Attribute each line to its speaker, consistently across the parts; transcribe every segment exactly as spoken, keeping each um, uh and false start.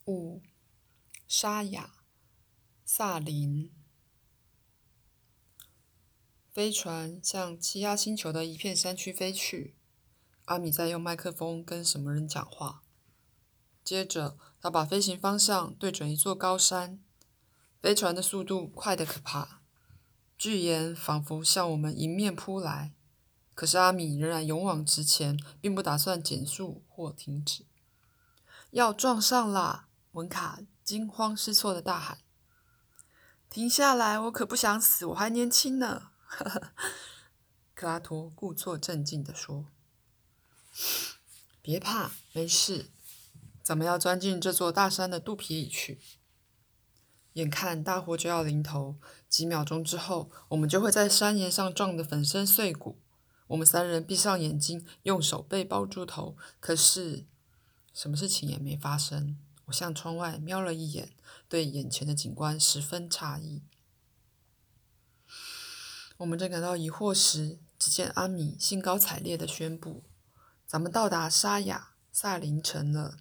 Speaker 1: 五、沙雅、萨林。飞船向气压星球的一片山区飞去。阿米在用麦克风跟什么人讲话。接着，他把飞行方向对准一座高山。飞船的速度快得可怕，巨岩仿佛向我们迎面扑来。可是阿米仍然勇往直前，并不打算减速或停止。要撞上啦！文卡惊慌失措地大喊。停下来，我可不想死，我还年轻呢。克拉托故作镇静地说。别怕，没事。咱们要钻进这座大山的肚皮里去。眼看大火就要临头，几秒钟之后，我们就会在山岩上撞得粉身碎骨。我们三人闭上眼睛，用手背包住头，可是什么事情也没发生。我向窗外瞄了一眼，对眼前的景观十分诧异。我们正感到疑惑时，只见阿米兴高采烈地宣布：“咱们到达沙雅萨林城了。”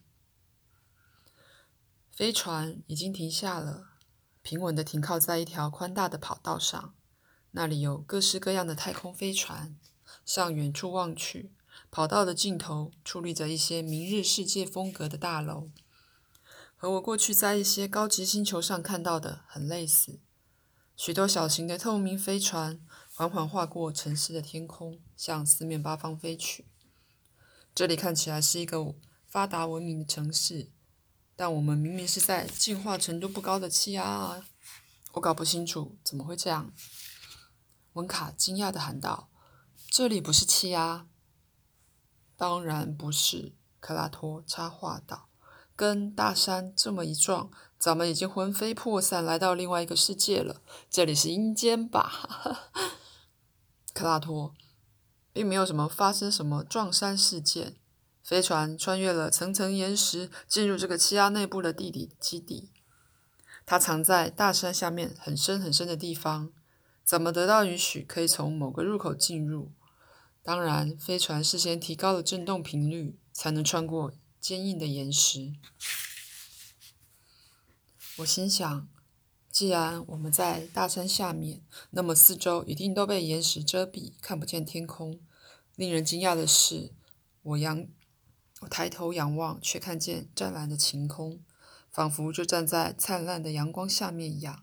Speaker 1: 飞船已经停下了，平稳地停靠在一条宽大的跑道上。那里有各式各样的太空飞船。向远处望去，跑道的尽头矗立着一些明日世界风格的大楼，和我过去在一些高级星球上看到的很类似。许多小型的透明飞船缓缓划过城市的天空，向四面八方飞去。这里看起来是一个发达文明的城市，但我们明明是在进化程度不高的气压啊！我搞不清楚怎么会这样。文卡惊讶地喊道：“这里不是气压。”“当然不是。”克拉托插话道，“跟大山这么一撞，咱们已经魂飞魄散来到另外一个世界了。这里是阴间吧？”克拉托，并没有什么发生什么撞山事件。飞船穿越了层层岩石，进入这个气压内部的地底基地。它藏在大山下面很深很深的地方。怎么得到允许可以从某个入口进入？当然，飞船事先提高了振动频率，才能穿过坚硬的岩石。我心想，既然我们在大山下面，那么四周一定都被岩石遮蔽，看不见天空。令人惊讶的是，我仰，我抬头仰望，却看见湛蓝的晴空，仿佛就站在灿烂的阳光下面一样。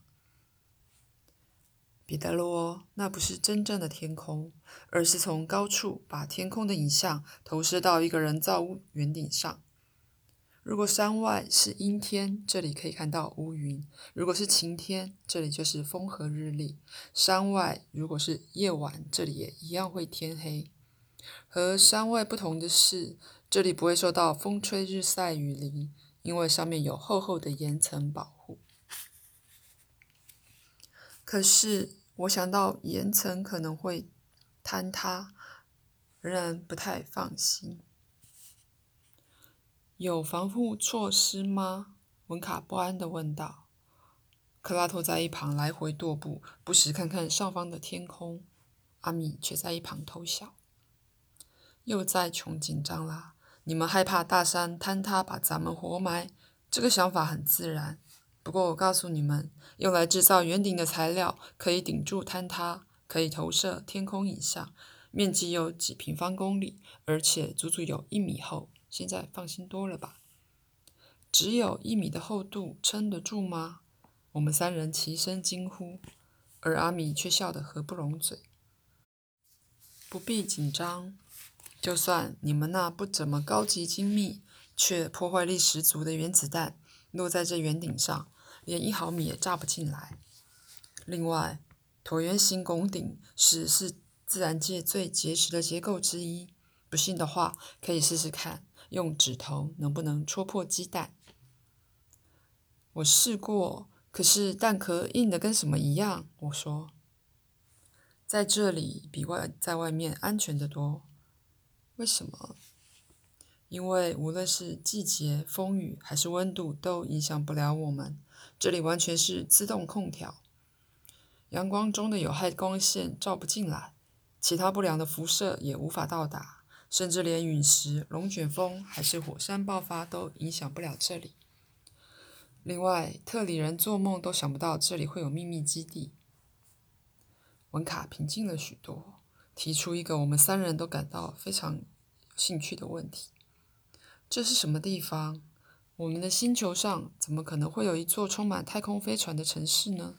Speaker 1: 彼得罗，那不是真正的天空，而是从高处把天空的影像投射到一个人造物圆顶上。如果山外是阴天，这里可以看到乌云；如果是晴天，这里就是风和日丽。山外如果是夜晚，这里也一样会天黑。和山外不同的是，这里不会受到风吹日晒雨淋，因为上面有厚厚的岩层保护。可是我想到岩层可能会坍塌，仍然不太放心。有防护措施吗？文卡不安地问道。克拉托在一旁来回踱步，不时看看上方的天空。阿米却在一旁偷笑。又在穷紧张啦！你们害怕大山坍塌把咱们活埋，这个想法很自然。不过我告诉你们，用来制造圆顶的材料可以顶住坍塌，可以投射天空影像，面积有几平方公里，而且足足有一米厚。现在放心多了吧？只有一米的厚度，撑得住吗？我们三人齐声惊呼，而阿米却笑得合不拢嘴。不必紧张，就算你们那不怎么高级精密，却破坏力十足的原子弹落在这圆顶上，连一毫米也炸不进来。另外，椭圆形拱顶是是自然界最结实的结构之一。不信的话，可以试试看，用指头能不能戳破鸡蛋。我试过，可是蛋壳硬的跟什么一样。我说，在这里比外在外面安全得多。为什么？因为无论是季节、风雨还是温度，都影响不了我们。这里完全是自动空调，阳光中的有害光线照不进来，其他不良的辐射也无法到达，甚至连陨石、龙卷风还是火山爆发都影响不了这里。 另外，特里人做梦都想不到这里会有秘密基地。文卡平静了许多，提出一个我们三人都感到非常有兴趣的问题：这是什么地方？我们的星球上怎么可能会有一座充满太空飞船的城市呢？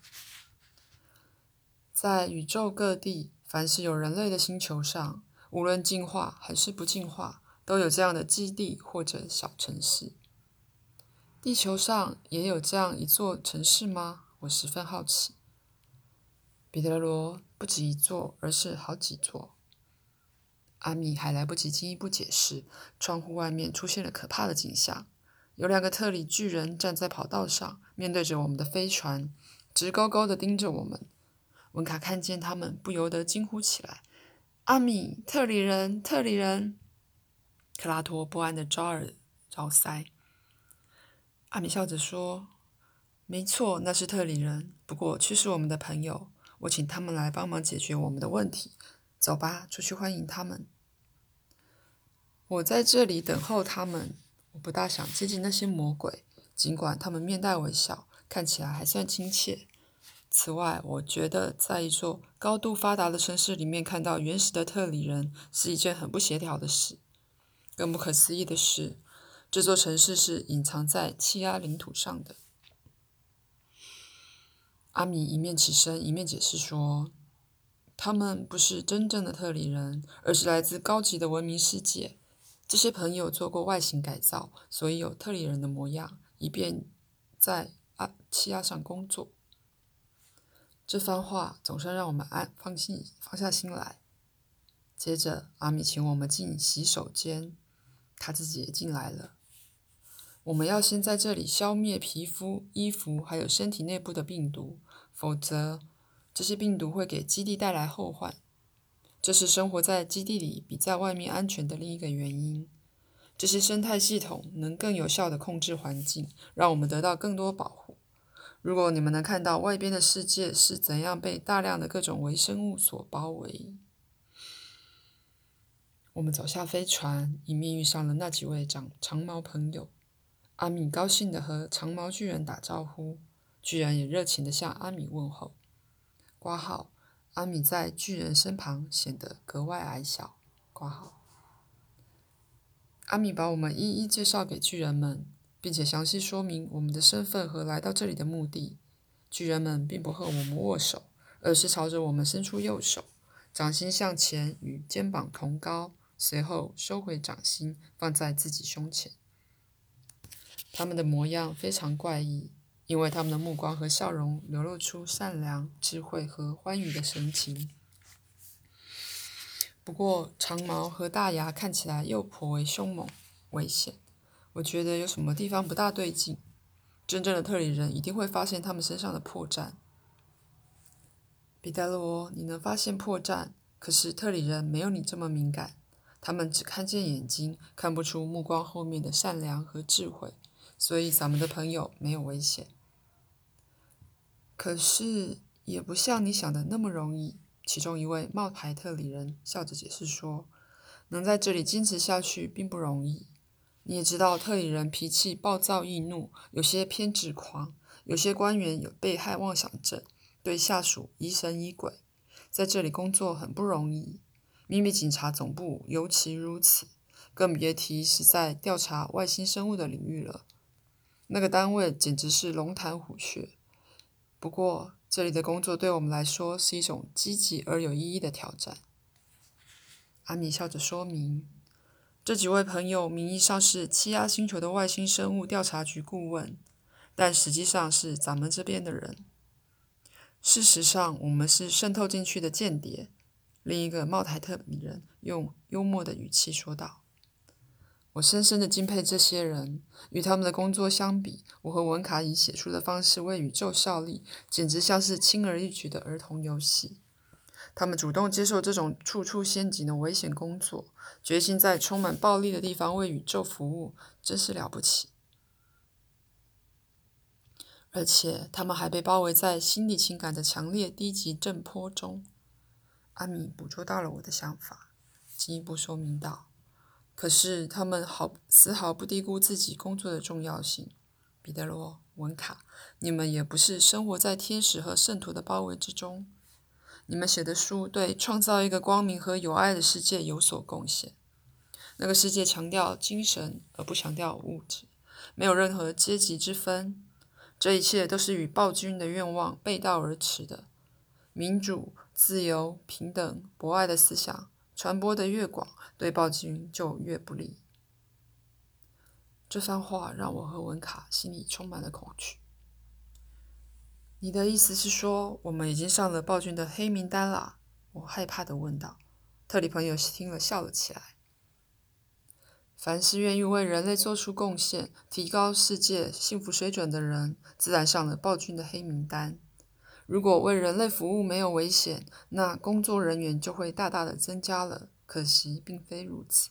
Speaker 1: 在宇宙各地，凡是有人类的星球上，无论进化还是不进化，都有这样的基地或者小城市。地球上也有这样一座城市吗？我十分好奇。彼得罗，不止一座，而是好几座。阿米还来不及进一步解释，窗户外面出现了可怕的景象。有两个特里巨人站在跑道上，面对着我们的飞船，直勾勾地盯着我们。文卡看见他们，不由得惊呼起来：阿米，特里人，特里人！克拉托不安地招耳招腮。阿米笑着说：没错，那是特里人，不过却是我们的朋友。我请他们来帮忙解决我们的问题。走吧，出去欢迎他们。我在这里等候他们。我不大想接近那些魔鬼，尽管他们面带微笑，看起来还算亲切。此外，我觉得在一座高度发达的城市里面看到原始的特里人是一件很不协调的事。更不可思议的是，这座城市是隐藏在气压领土上的。阿米一面起身，一面解释说，他们不是真正的特里人，而是来自高级的文明世界。这些朋友做过外形改造，所以有特里人的模样，以便在啊气压上工作。这番话总算让我们安放心放下心来。接着，阿米请我们进洗手间，他自己也进来了。我们要先在这里消灭皮肤、衣服还有身体内部的病毒，否则这些病毒会给基地带来后患。这是生活在基地里比在外面安全的另一个原因。这些生态系统能更有效地控制环境，让我们得到更多保护。如果你们能看到外边的世界是怎样被大量的各种微生物所包围。我们走下飞船，迎面遇上了那几位长长毛朋友。阿米高兴地和长毛巨人打招呼，巨人也热情地向阿米问候。括号，阿米在巨人身旁显得格外矮小。括号，阿米把我们一一介绍给巨人们，并且详细说明我们的身份和来到这里的目的。巨人们并不和我们握手，而是朝着我们伸出右手，掌心向前与肩膀同高，随后收回掌心，放在自己胸前。他们的模样非常怪异，因为他们的目光和笑容流露出善良、智慧和欢愉的神情。不过，长毛和大牙看起来又颇为凶猛、危险。我觉得有什么地方不大对劲。真正的特里人一定会发现他们身上的破绽。彼得罗，你能发现破绽，可是特里人没有你这么敏感。他们只看见眼睛，看不出目光后面的善良和智慧，所以咱们的朋友没有危险。可是也不像你想的那么容易。其中一位冒牌特里人笑着解释说，能在这里坚持下去并不容易。你也知道，特里人脾气暴躁易怒，有些偏执狂，有些官员有被害妄想症，对下属疑神疑鬼。在这里工作很不容易，秘密警察总部尤其如此，更别提是在调查外星生物的领域了。那个单位简直是龙潭虎穴。不过，这里的工作对我们来说是一种积极而有意义的挑战。阿米笑着说明，这几位朋友名义上是气压星球的外星生物调查局顾问，但实际上是咱们这边的人。事实上，我们是渗透进去的间谍。另一个冒台特里人用幽默的语气说道。我深深的敬佩这些人，与他们的工作相比，我和文卡以写出的方式为宇宙效力，简直像是轻而易举的儿童游戏。他们主动接受这种处处陷阱的危险工作，决心在充满暴力的地方为宇宙服务，真是了不起。而且他们还被包围在心理情感的强烈低级震波中。阿米捕捉到了我的想法，进一步说明道，可是他们毫丝毫不低估自己工作的重要性。 彼得罗、文卡，你们也不是生活在天使和圣徒的包围之中。你们写的书对创造一个光明和有爱的世界有所贡献。那个世界强调精神，而不强调物质，没有任何阶级之分。这一切都是与暴君的愿望背道而驰的。民主、自由、平等、博爱的思想传播得越广，对暴君就越不利。这番话让我和文卡心里充满了恐惧。你的意思是说，我们已经上了暴君的黑名单啦？我害怕地问道。特里朋友听了笑了起来。凡是愿意为人类做出贡献，提高世界幸福水准的人，自然上了暴君的黑名单。如果为人类服务没有危险，那工作人员就会大大的增加了。可惜并非如此。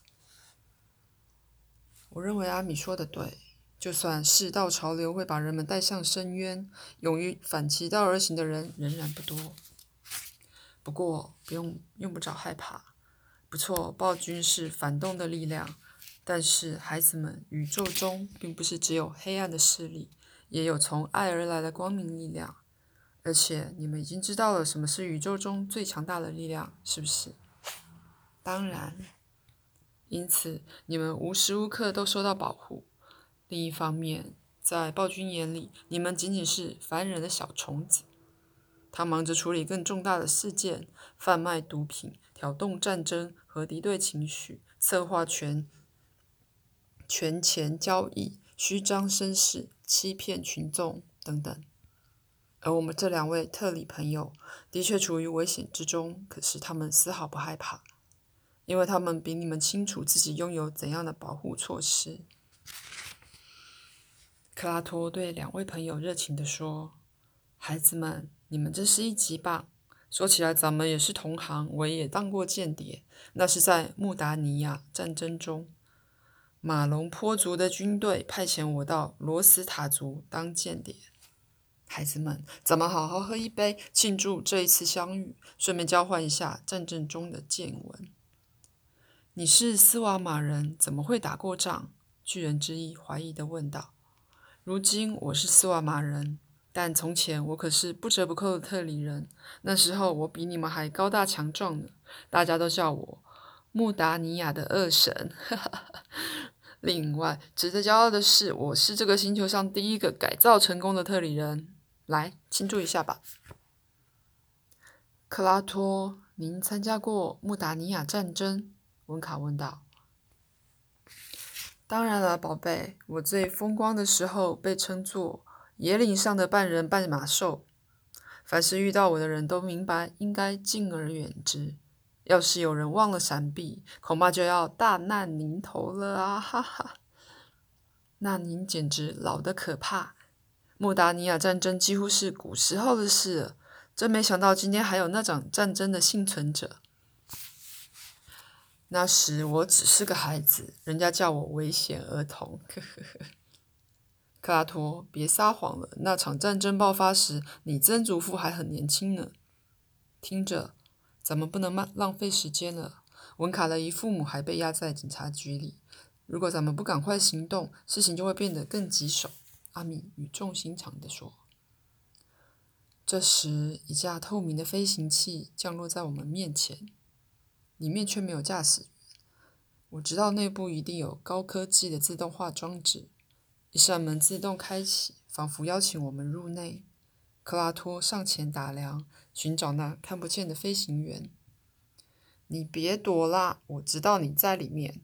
Speaker 1: 我认为阿米说的对，就算世道潮流会把人们带向深渊，勇于反其道而行的人仍然不多。不过不用用不着害怕。不错，暴君是反动的力量，但是孩子们，宇宙中并不是只有黑暗的势力，也有从爱而来的光明力量。而且你们已经知道了什么是宇宙中最强大的力量，是不是？当然。因此，你们无时无刻都受到保护。另一方面，在暴君眼里，你们仅仅是凡人的小虫子。他忙着处理更重大的事件，贩卖毒品，挑动战争和敌对情绪，策划权权钱交易，虚张声势，欺骗群众等等。而我们这两位特里朋友的确处于危险之中，可是他们丝毫不害怕，因为他们比你们清楚自己拥有怎样的保护措施。克拉托对两位朋友热情地说：“孩子们，你们真是一级棒！说起来，咱们也是同行，我也当过间谍，那是在穆达尼亚战争中，马龙坡族的军队派遣我到罗斯塔族当间谍。孩子们，咱们好好喝一杯，庆祝这一次相遇，顺便交换一下战争中的见闻。”你是斯瓦玛人，怎么会打过仗？巨人之一怀疑地问道。如今我是斯瓦玛人，但从前我可是不折不扣的特里人。那时候我比你们还高大强壮呢，大家都叫我穆达尼亚的恶神。另外，值得骄傲的是，我是这个星球上第一个改造成功的特里人。来，庆祝一下吧。克拉托，您参加过穆达尼亚战争？温卡问道。当然了，宝贝，我最风光的时候被称作野岭上的半人半马兽。凡是遇到我的人都明白，应该敬而远之。要是有人忘了闪避，恐怕就要大难临头了啊！哈哈。那您简直老得可怕。穆达尼亚战争几乎是古时候的事了，真没想到今天还有那场战争的幸存者。那时我只是个孩子，人家叫我危险儿童。呵呵呵。克拉托，别撒谎了，那场战争爆发时，你曾祖父还很年轻呢。听着，咱们不能慢浪费时间了。文卡的姨父母还被押在警察局里，如果咱们不赶快行动，事情就会变得更棘手。阿米语重心长地说。这时，一架透明的飞行器降落在我们面前。里面却没有驾驶员。我知道内部一定有高科技的自动化装置。一扇门自动开启，仿佛邀请我们入内。克拉托上前打量，寻找那看不见的飞行员。你别躲啦，我知道你在里面。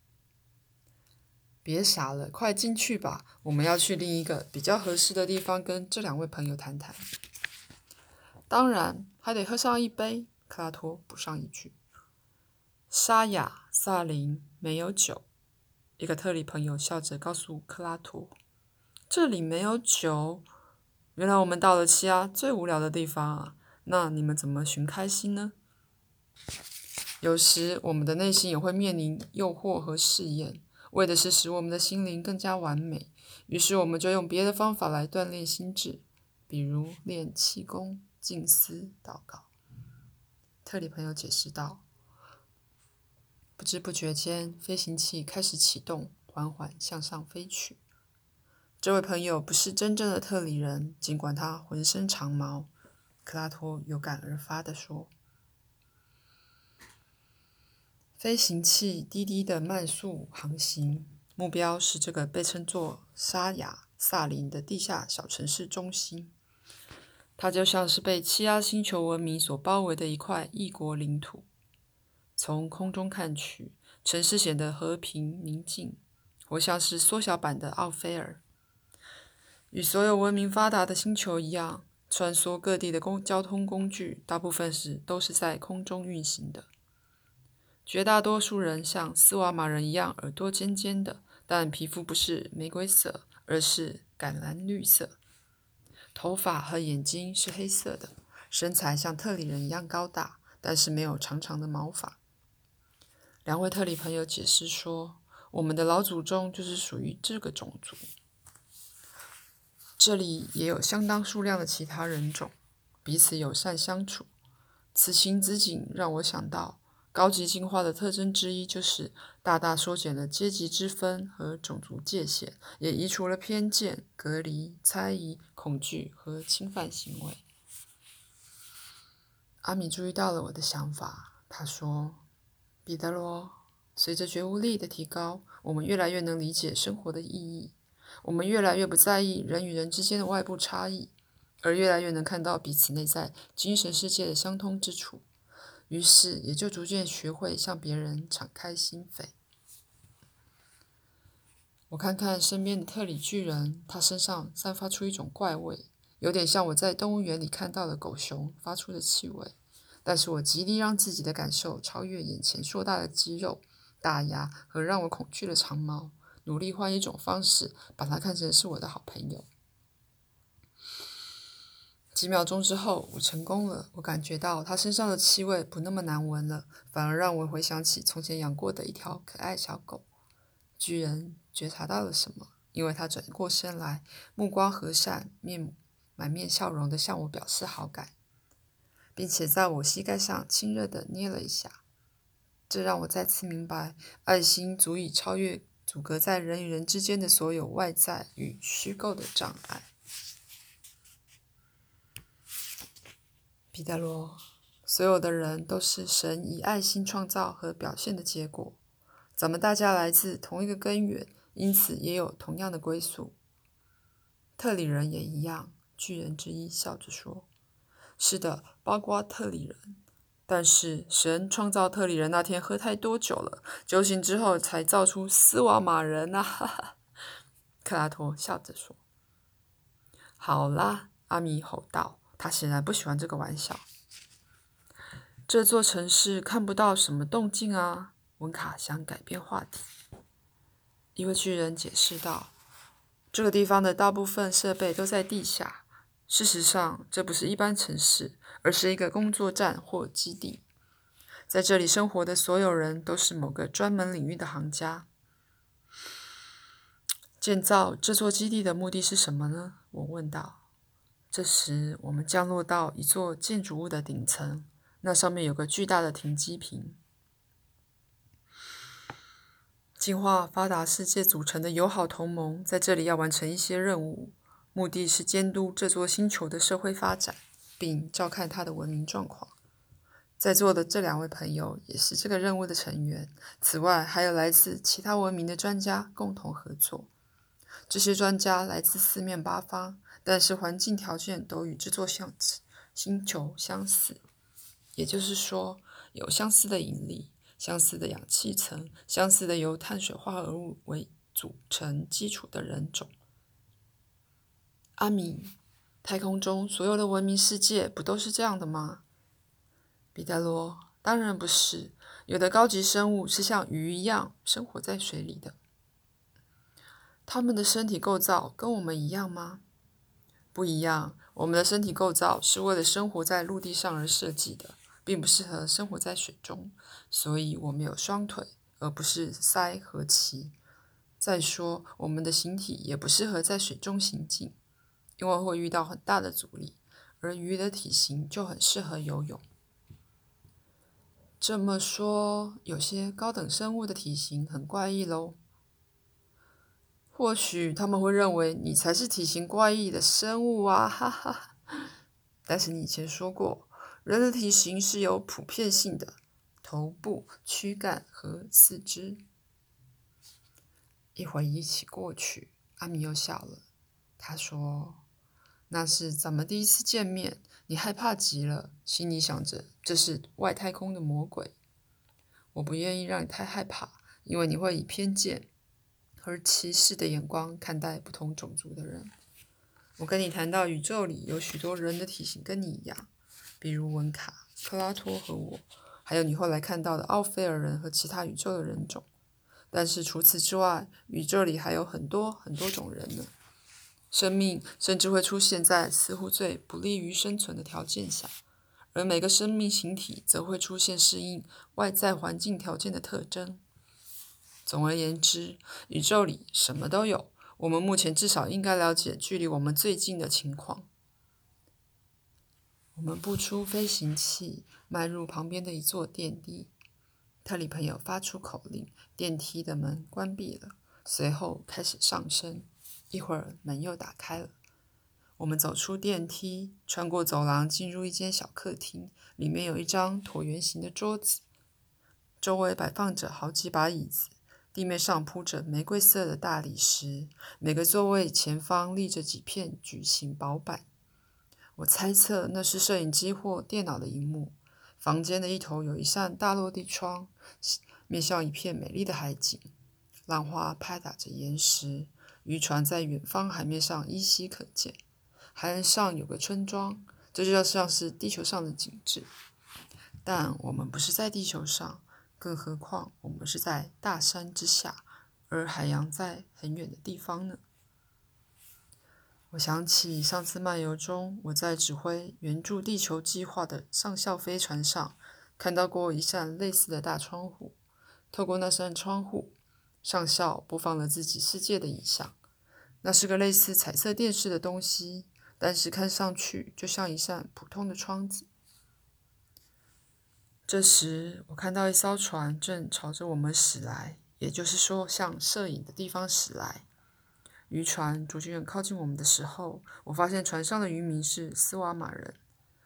Speaker 1: 别傻了，快进去吧，我们要去另一个比较合适的地方跟这两位朋友谈谈。当然，还得喝上一杯，克拉托补上一句。沙哑、萨林没有酒。一个特里朋友笑着告诉克拉托：“这里没有酒。原来我们到了西亚最无聊的地方啊！那你们怎么寻开心呢？”有时我们的内心也会面临诱惑和试验，为的是使我们的心灵更加完美。于是我们就用别的方法来锻炼心智，比如练气功、静思、祷告。特里朋友解释道。不知不觉间，飞行器开始启动，缓缓向上飞去。 这位朋友不是真正的特里人，尽管他浑身长毛。克拉托有感而发地说。飞行器低低的慢速航行，目标是这个被称作沙雅萨林的地下小城市中心。它就像是被欺压星球文明所包围的一块异国领土。从空中看去，城市显得和平宁静，或像是缩小版的奥菲尔。与所有文明发达的星球一样，穿梭各地的公交通工具大部分时都是在空中运行的。绝大多数人像斯瓦玛人一样耳朵尖尖的，但皮肤不是玫瑰色，而是橄榄绿色。头发和眼睛是黑色的，身材像特里人一样高大，但是没有长长的毛发。两位特里朋友解释说，我们的老祖宗就是属于这个种族。这里也有相当数量的其他人种，彼此友善相处。此情此景让我想到，高级进化的特征之一就是大大缩减了阶级之分和种族界限，也移除了偏见、隔离、猜疑、恐惧和侵犯行为。阿米注意到了我的想法，他说：“彼得罗，随着觉悟力的提高，我们越来越能理解生活的意义。我们越来越不在意人与人之间的外部差异，而越来越能看到彼此内在精神世界的相通之处。于是，也就逐渐学会向别人敞开心扉。”我看看身边的特里巨人，他身上散发出一种怪味，有点像我在动物园里看到的狗熊发出的气味。但是我极力让自己的感受超越眼前硕大的肌肉、大牙和让我恐惧的长毛，努力换一种方式把它看成是我的好朋友。几秒钟之后，我成功了。我感觉到它身上的气味不那么难闻了，反而让我回想起从前养过的一条可爱小狗。巨人觉察到了什么，因为他转过身来，目光和善，面满面笑容地向我表示好感，并且在我膝盖上亲热地捏了一下。这让我再次明白，爱心足以超越阻隔在人与人之间的所有外在与虚构的障碍。彼得罗，所有的人都是神以爱心创造和表现的结果。咱们大家来自同一个根源，因此也有同样的归宿。特里人也一样，巨人之一笑着说：“是的，包括特里人。但是神创造特里人那天喝太多酒了，酒醒之后才造出斯瓦玛人啊！”哈哈，克拉托笑着说。“好啦！”阿米吼道，他显然不喜欢这个玩笑。“这座城市看不到什么动静啊！”文卡想改变话题。一位巨人解释道：“这个地方的大部分设备都在地下。事实上，这不是一般城市，而是一个工作站或基地。在这里生活的所有人都是某个专门领域的行家。”“建造这座基地的目的是什么呢？”我问道。这时，我们降落到一座建筑物的顶层，那上面有个巨大的停机坪。进化发达世界组成的友好同盟在这里要完成一些任务，目的是监督这座星球的社会发展，并照看它的文明状况。在座的这两位朋友也是这个任务的成员，此外还有来自其他文明的专家共同合作。这些专家来自四面八方，但是环境条件都与这座星球相似，也就是说，有相似的引力、相似的氧气层、相似的由碳水化合物为组成基础的人种。阿米，太空中所有的文明世界不都是这样的吗？彼得罗，当然不是，有的高级生物是像鱼一样生活在水里的。他们的身体构造跟我们一样吗？不一样，我们的身体构造是为了生活在陆地上而设计的，并不适合生活在水中，所以我们有双腿，而不是鳃和鳍。再说，我们的形体也不适合在水中行进，因为会遇到很大的阻力，而鱼的体型就很适合游泳。这么说，有些高等生物的体型很怪异喽。 或许他们会认为你才是体型怪异的生物啊，哈哈。但是你以前说过，人的体型是有普遍性的，头部、躯干和四肢。一回忆起过去，阿米又笑了。他说：“那是咱们第一次见面，你害怕极了，心里想着这是外太空的魔鬼。我不愿意让你太害怕，因为你会以偏见和歧视的眼光看待不同种族的人。我跟你谈到宇宙里有许多人的体型跟你一样，比如文卡、克拉托和我，还有你后来看到的奥菲尔人和其他宇宙的人种。但是除此之外，宇宙里还有很多很多种人呢。生命甚至会出现在似乎最不利于生存的条件下，而每个生命形体则会出现适应外在环境条件的特征。总而言之，宇宙里什么都有，我们目前至少应该了解距离我们最近的情况。我们步出飞行器，迈入旁边的一座电梯。特里朋友发出口令，电梯的门关闭了，随后开始上升。一会儿门又打开了，我们走出电梯，穿过走廊，进入一间小客厅，里面有一张椭圆形的桌子，周围摆放着好几把椅子，地面上铺着玫瑰色的大理石，每个座位前方立着几片矩形薄板。我猜测那是摄影机或电脑的萤幕。房间的一头有一扇大落地窗，面向一片美丽的海景，浪花拍打着岩石，渔船在远方海面上依稀可见。海岸上有个村庄，这就像是地球上的景致。但我们不是在地球上，更何况我们是在大山之下，而海洋在很远的地方呢。我想起上次漫游中，我在指挥援助地球计划的上校飞船上，看到过一扇类似的大窗户。透过那扇窗户，上校播放了自己世界的影像。那是个类似彩色电视的东西，但是看上去就像一扇普通的窗子。这时，我看到一艘船正朝着我们驶来，也就是说，向摄影的地方驶来。渔船逐渐靠近我们的时候，我发现船上的渔民是斯瓦马人。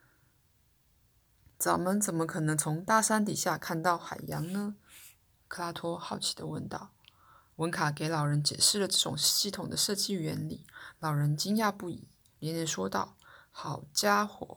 Speaker 1: 咱们怎么可能从大山底下看到海洋呢？克拉托好奇地问道。文卡给老人解释了这种系统的设计原理，老人惊讶不已，连连说道：“好家伙！”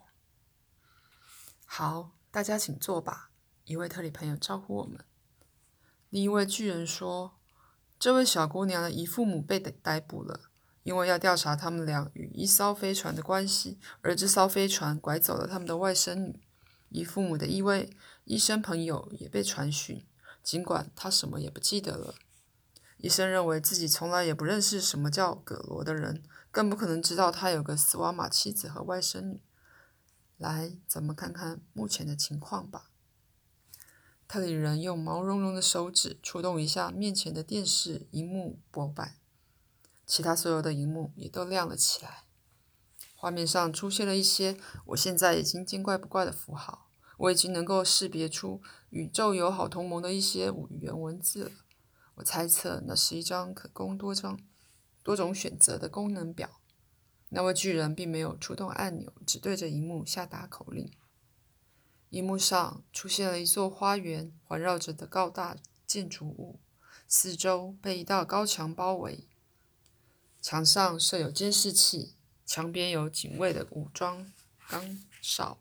Speaker 1: 好，大家请坐吧。一位特里朋友招呼我们。另一位巨人说：“这位小姑娘的姨父母被逮捕了，因为要调查他们俩与一艘飞船的关系，而这艘飞船拐走了他们的外甥女。姨父母的一位医生朋友也被传讯，尽管他什么也不记得了。医生认为自己从来也不认识什么叫葛罗的人，更不可能知道他有个斯瓦玛妻子和外甥女。来，咱们看看目前的情况吧。”特里人用毛茸茸的手指触动一下面前的电视荧幕薄板，其他所有的荧幕也都亮了起来。画面上出现了一些我现在已经见怪不怪的符号，我已经能够识别出宇宙友好同盟的一些语言文字了。我猜测那是一张可供多张多种选择的功能表。那位巨人并没有触动按钮，只对着荧幕下达口令。荧幕上出现了一座花园环绕着的高大建筑物，四周被一道高墙包围，墙上设有监视器，墙边有警卫的武装岗哨。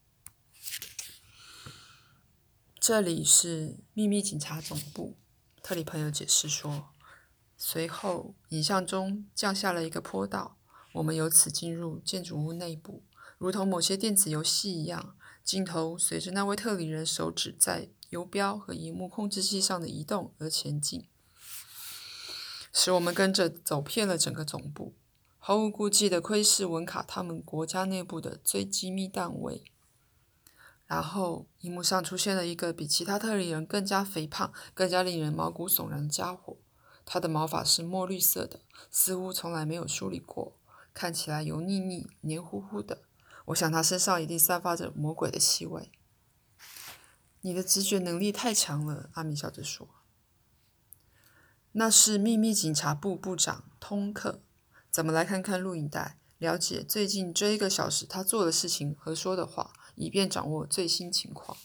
Speaker 1: 这里是秘密警察总部，特里朋友解释说。随后，影像中降下了一个坡道，我们由此进入建筑物内部，如同某些电子游戏一样。镜头随着那位特里人手指在游标和荧幕控制器上的移动而前进，使我们跟着走遍了整个总部，毫无顾忌地窥视文卡他们国家内部的最机密单位。然后，荧幕上出现了一个比其他特里人更加肥胖、更加令人毛骨悚然的家伙。他的毛发是墨绿色的，似乎从来没有梳理过，看起来油腻腻、黏糊糊的。我想他身上一定散发着魔鬼的气味。你的直觉能力太强了，阿米笑着说。 那是秘密警察部部长通克。咱们来看看录影带，了解最近这一个小时他做的事情和说的话，以便掌握最新情况。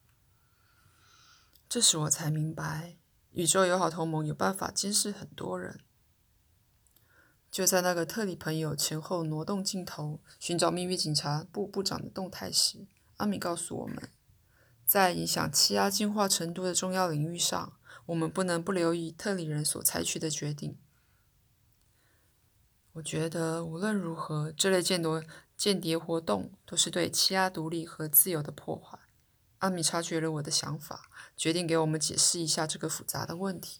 Speaker 1: 这时我才明白，宇宙友好同盟有办法监视很多人。就在那个特里朋友前后挪动镜头，寻找秘密警察部部长的动态时，阿米告诉我们，在影响气压进化程度的重要领域上，我们不能不留意特里人所采取的决定。我觉得无论如何，这类间谍间谍活动都是对气压独立和自由的破坏。阿米察觉了我的想法，决定给我们解释一下这个复杂的问题。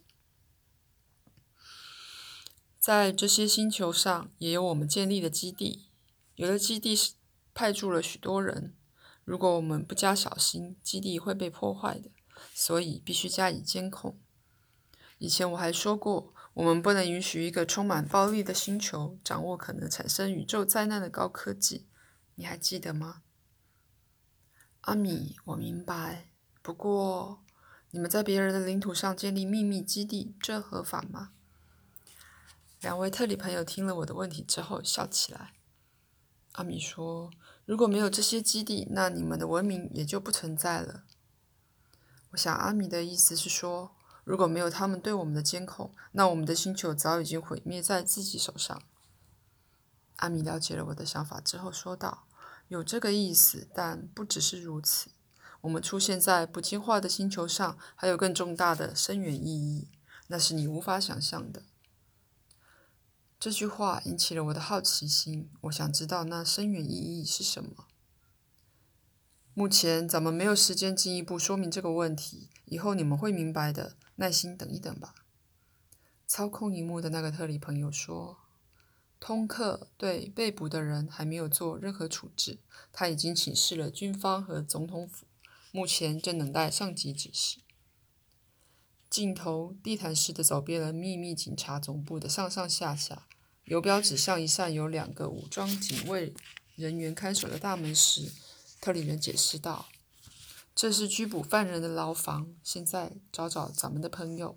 Speaker 1: 在这些星球上也有我们建立的基地，有的基地派驻了许多人。如果我们不加小心，基地会被破坏的，所以必须加以监控。以前我还说过，我们不能允许一个充满暴力的星球掌握可能产生宇宙灾难的高科技，你还记得吗？阿米，我明白。不过，你们在别人的领土上建立秘密基地，这合法吗？两位特里朋友听了我的问题之后笑起来。阿米说，如果没有这些基地，那你们的文明也就不存在了。我想阿米的意思是说，如果没有他们对我们的监控，那我们的星球早已经毁灭在自己手上。阿米了解了我的想法之后说道，有这个意思，但不只是如此。我们出现在不进化的星球上，还有更重大的深远意义，那是你无法想象的。这句话引起了我的好奇心，我想知道那深远意义是什么。目前咱们没有时间进一步说明这个问题，以后你们会明白的，耐心等一等吧。操控荧幕的那个特里朋友说，通克对被捕的人还没有做任何处置，他已经请示了军方和总统府，目前正等待上级指示。镜头地毯式的走遍了秘密警察总部的上上下下，游标指向一扇有两个武装警卫人员看守的大门时，特里人解释道，这是拘捕犯人的牢房，现在找找咱们的朋友。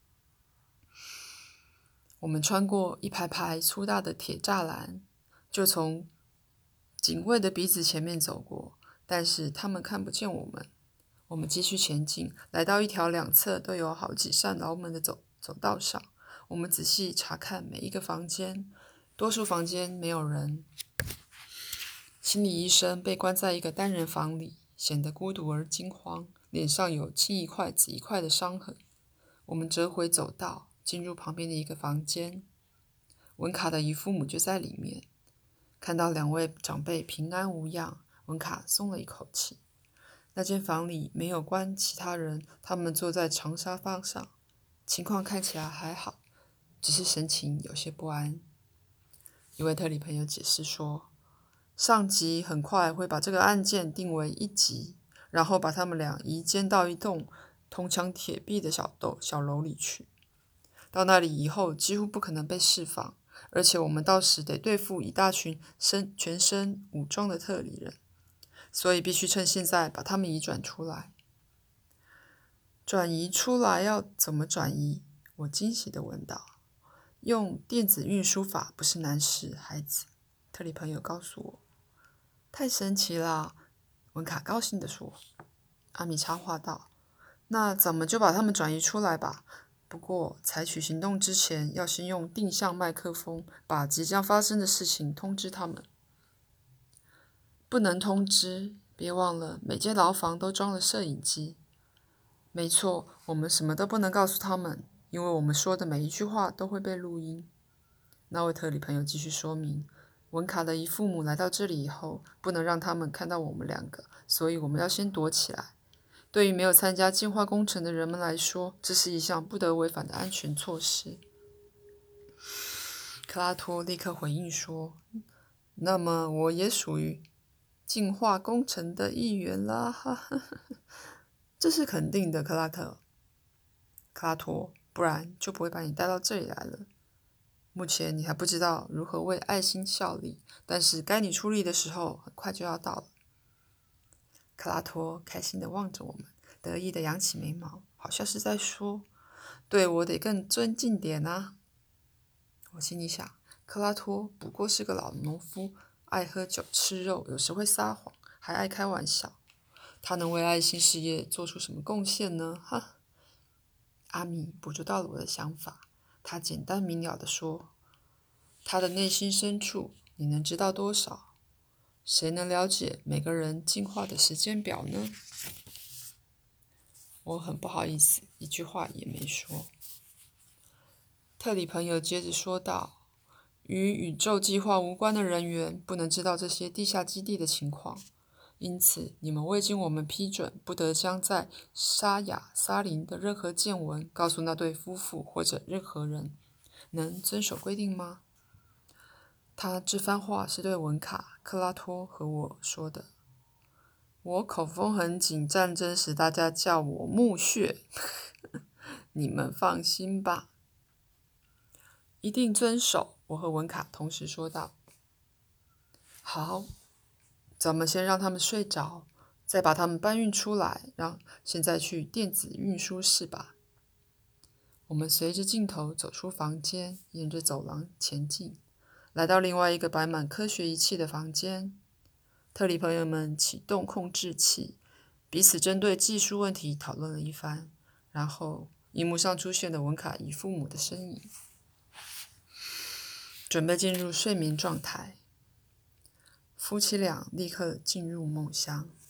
Speaker 1: 我们穿过一排排粗大的铁栅栏，就从警卫的鼻子前面走过，但是他们看不见我们。我们继续前进，来到一条两侧都有好几扇牢门的走走道上。我们仔细查看每一个房间，多数房间没有人。心理医生被关在一个单人房里，显得孤独而惊慌，脸上有青一块紫一块的伤痕。我们折回走道，进入旁边的一个房间，文卡的姨父母就在里面。看到两位长辈平安无恙，文卡松了一口气。那间房里没有关其他人，他们坐在长沙发上，情况看起来还好，只是神情有些不安。一位特里朋友解释说，上级很快会把这个案件定为一级，然后把他们俩移监到一栋铜墙铁壁的小楼小楼里去。到那里以后，几乎不可能被释放，而且我们到时得对付一大群身全身武装的特里人。所以必须趁现在把他们移转出来。转移出来要怎么转移？我惊喜地问道。用电子运输法不是难事，孩子，特里朋友告诉我。太神奇了，文卡高兴地说。阿米插话道，那咱们就把他们转移出来吧。不过采取行动之前，要先用定向麦克风把即将发生的事情通知他们。不能通知，别忘了每间牢房都装了摄影机。没错，我们什么都不能告诉他们，因为我们说的每一句话都会被录音。那位特里朋友继续说明，文卡的姨父母来到这里以后，不能让他们看到我们两个，所以我们要先躲起来。对于没有参加进化工程的人们来说，这是一项不得违反的安全措施。克拉托立刻回应说，那么我也属于进化工程的一员啦，哈哈哈，这是肯定的，克拉特，克拉托，不然就不会把你带到这里来了。目前你还不知道如何为爱心效力，但是该你出力的时候很快就要到了。克拉托开心地望着我们，得意地扬起眉毛，好像是在说， 对我得更尊敬点啊。我心里想，克拉托不过是个老农夫，爱喝酒吃肉，有时会撒谎，还爱开玩笑。他能为爱心事业做出什么贡献呢？哈！阿米捕捉到了我的想法，他简单明了地说：“他的内心深处，你能知道多少？谁能了解每个人进化的时间表呢？”我很不好意思，一句话也没说。特里朋友接着说道：“与宇宙计划无关的人员不能知道这些地下基地的情况，因此你们未经我们批准，不得将在沙雅沙林的任何见闻告诉那对夫妇或者任何人。能遵守规定吗？”他这番话是对文卡、克拉托和我说的。我口风很紧，战争时大家叫我木屑。你们放心吧，一定遵守。我和文卡同时说道。好，咱们先让他们睡着，再把他们搬运出来，让现在去电子运输室吧。我们随着镜头走出房间，沿着走廊前进，来到另外一个摆满科学仪器的房间。特里朋友们启动控制器，彼此针对技术问题讨论了一番，然后荧幕上出现了文卡姨父母的身影，准备进入睡眠状态。夫妻俩立刻进入梦乡。